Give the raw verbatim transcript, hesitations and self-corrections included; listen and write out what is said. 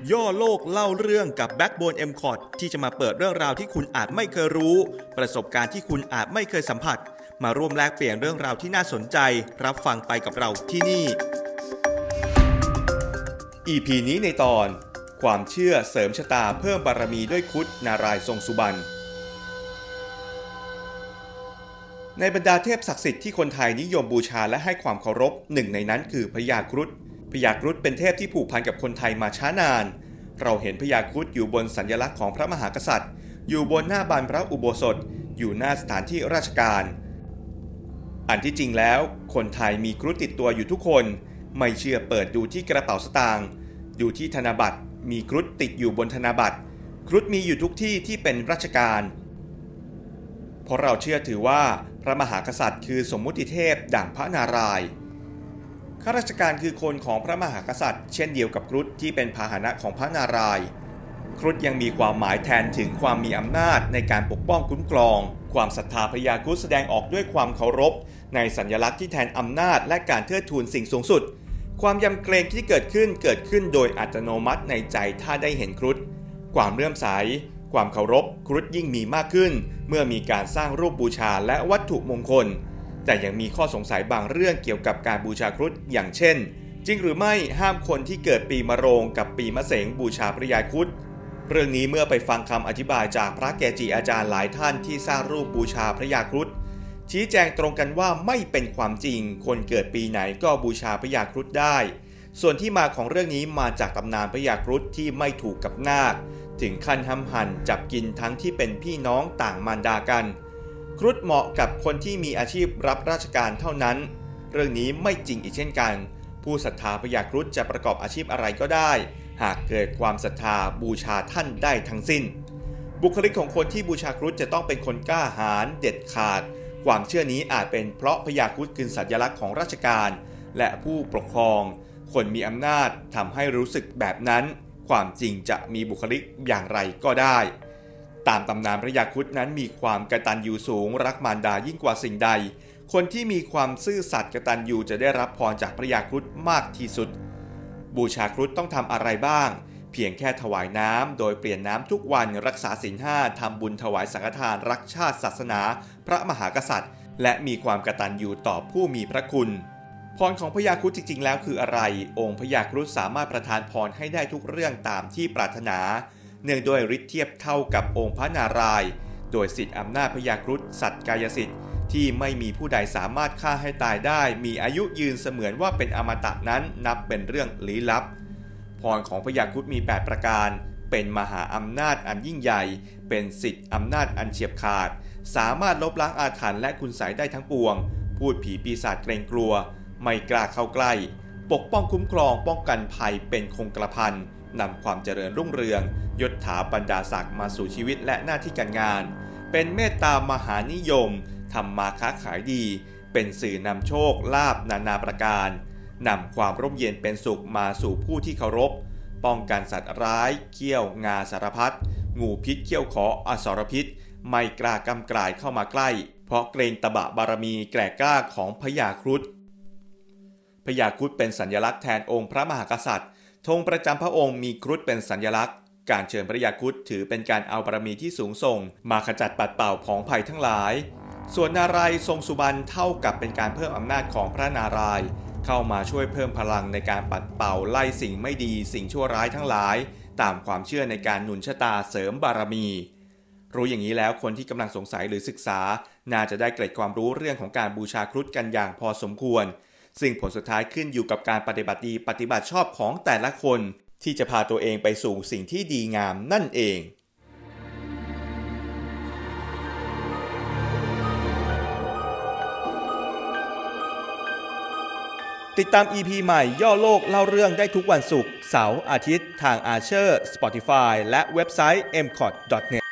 ย่อโลกเล่าเรื่องกับ Backbone เอ็ม ซี โอ ที ที่จะมาเปิดเรื่องราวที่คุณอาจไม่เคยรู้ประสบการณ์ที่คุณอาจไม่เคยสัมผัสมาร่วมแลกเปลี่ยนเรื่องราวที่น่าสนใจรับฟังไปกับเราที่นี่ อี พี นี้ในตอนความเชื่อเสริมชะตาเพิ่มบารมีด้วยครุฑนารายณ์ทรงสุบรรณในบรรดาเทพศักดิ์สิทธิ์ที่คนไทยนิยมบูชาและให้ความเคารพหนึ่งในนั้นคือพญาครุฑพญาครุฑเป็นเทพที่ผูกพันกับคนไทยมาช้านานเราเห็นพญาครุฑอยู่บนสัญลักษณ์ของพระมหากษัตริย์อยู่บนหน้าบานพระอุโบสถอยู่หน้าสถานที่ราชการอันที่จริงแล้วคนไทยมีครุฑติดตัวอยู่ทุกคนไม่เชื่อเปิดดูที่กระเป๋าสตางค์ดูที่ธนบัตรมีครุฑติดอยู่บนธนบัตรครุฑมีอยู่ทุกที่ที่เป็นราชการเพราะเราเชื่อถือว่าพระมหากษัตริย์คือสมมุติเทพดั่งพระนารายณ์ข้าราชการคือคนของพระมหากษัตริย์เช่นเดียวกับครุฑที่เป็นพาหนะของพระนารายณ์ครุฑยังมีความหมายแทนถึงความมีอำนาจในการปกป้องคุ้มครองความศรัทธาพญาครุฑแสดงออกด้วยความเคารพในสัญลักษณ์ที่แทนอำนาจและการเทิดทูนสิ่งสูงสุดความยำเกรงที่เกิดขึ้นเกิดขึ้นโดยอัตโนมัติในใจถ้าได้เห็นครุฑความเลื่อมใสความเคารพครุฑยิ่งมีมากขึ้นเมื่อมีการสร้างรูปบูชาและวัตถุมงคลแต่ยังมีข้อสงสัยบางเรื่องเกี่ยวกับการบูชาครุฑอย่างเช่นจริงหรือไม่ห้ามคนที่เกิดปีมะโรงกับปีมะเสงบูชาพระยาครุฑเรื่องนี้เมื่อไปฟังคำอธิบายจากพระเกจิอาจารย์หลายท่านที่สร้างรูปบูชาพระยาครุฑชี้แจงตรงกันว่าไม่เป็นความจริงคนเกิดปีไหนก็บูชาพระยาครุฑได้ส่วนที่มาของเรื่องนี้มาจากตำนานพระยาครุฑที่ไม่ถูกกับนาคถึงขั้นห้ำหั่นจับกินทั้งที่เป็นพี่น้องต่างมารดากันครุฑเหมาะกับคนที่มีอาชีพรับราชการเท่านั้นเรื่องนี้ไม่จริงอีกเช่นกันผู้ศรัทธาพญาครุฑจะประกอบอาชีพอะไรก็ได้หากเกิดความศรัทธาบูชาท่านได้ทั้งสิ้นบุคลิกของคนที่บูชาครุฑจะต้องเป็นคนกล้าหาญเด็ดขาดความเชื่อนี้อาจเป็นเพราะพญาครุฑคือสัญลักษณ์ของราชการและผู้ปกครองคนมีอำนาจทำให้รู้สึกแบบนั้นความจริงจะมีบุคลิกอย่างไรก็ได้ตามตำนานพระยาครุฑนั้นมีความกตัญญูสูงรักมารดายิ่งกว่าสิ่งใดคนที่มีความซื่อสัตย์กตัญญูจะได้รับพรจากพระยาครุฑมากที่สุดบูชาครุฑต้องทำอะไรบ้างเพียงแค่ถวายน้ำโดยเปลี่ยนน้ำทุกวันรักษาศีลห้าทำบุญถวายสังฆทานรักชาติศาสนาพระมหากษัตริย์และมีความกตัญญูต่อผู้มีพระคุณพรของพญาครุฑจริงๆแล้วคืออะไรองค์พญาครุฑสามารถประทานพรให้ได้ทุกเรื่องตามที่ปรารถนาเนื่องด้วยฤทธิ์เทียบเท่ากับองค์พระนารายณ์โดยสิทธิอำนาจพญาครุฑสัตย์กายสิทธิ์ที่ไม่มีผู้ใดสามารถฆ่าให้ตายได้มีอายุยืนเสมือนว่าเป็นอมตะนั้นนับเป็นเรื่องลี้ลับพรของพญาครุฑมีแปดประการเป็นมหาอำนาจอันยิ่งใหญ่เป็นสิทธิอำนาจอันเฉียบขาดสามารถลบล้างอาถรรพ์และคุณไสยได้ทั้งปวงพูดผีปีศาจเกรงกลัวไม่กล้าเข้าใกล้ปกป้องคุ้มครองป้องกันภัยเป็นคงกระพันนำความเจริญรุ่งเรืองยศถาบรรดาศักดิ์มาสู่ชีวิตและหน้าที่การงานเป็นเมตตามหานิยมทำมาค้าขายดีเป็นสื่อนำโชคลาภนานาประการนำความร่มเย็นเป็นสุขมาสู่ผู้ที่เคารพป้องกันสัตว์ร้ายเขี้ยวงาสารพัดงูพิษเขี้ยวขออสรพิษไม่กล้ากำกลายเข้ามาใกล้เพราะเกรงตบะบารมีแก่กล้าของพญาครุฑพญาครุฑเป็นสัญลักษณ์แทนองค์พระมหากษัตริย์ธงประจำพระองค์มีครุฑเป็นสัญลักษณ์การเชิญพระยาครุฑถือเป็นการเอาบารมีที่สูงส่งมาขจัดปัดเป่าผองภัยทั้งหลายส่วนนารายณ์ทรงสุบรรณเท่ากับเป็นการเพิ่มอำนาจของพระนารายณ์เข้ามาช่วยเพิ่มพลังในการปัดเป่าไล่สิ่งไม่ดีสิ่งชั่วร้ายทั้งหลายตามความเชื่อในการหนุนชะตาเสริมบารมีรู้อย่างนี้แล้วคนที่กำลังสงสัยหรือศึกษาน่าจะได้เกร็ดความรู้เรื่องของการบูชาครุฑกันอย่างพอสมควรซึ่งผลสุดท้ายขึ้นอยู่กับการปฏิบัติดีปฏิบัติชอบของแต่ละคนที่จะพาตัวเองไปสู่สิ่งที่ดีงามนั่นเองติดตาม อี พี ใหม่ย่อโลกเล่าเรื่องได้ทุกวันศุกร์เสาร์อาทิตย์ทาง Archer Spotify และเว็บไซต์ เอ็ม ซี โอ ที ดอท เน็ต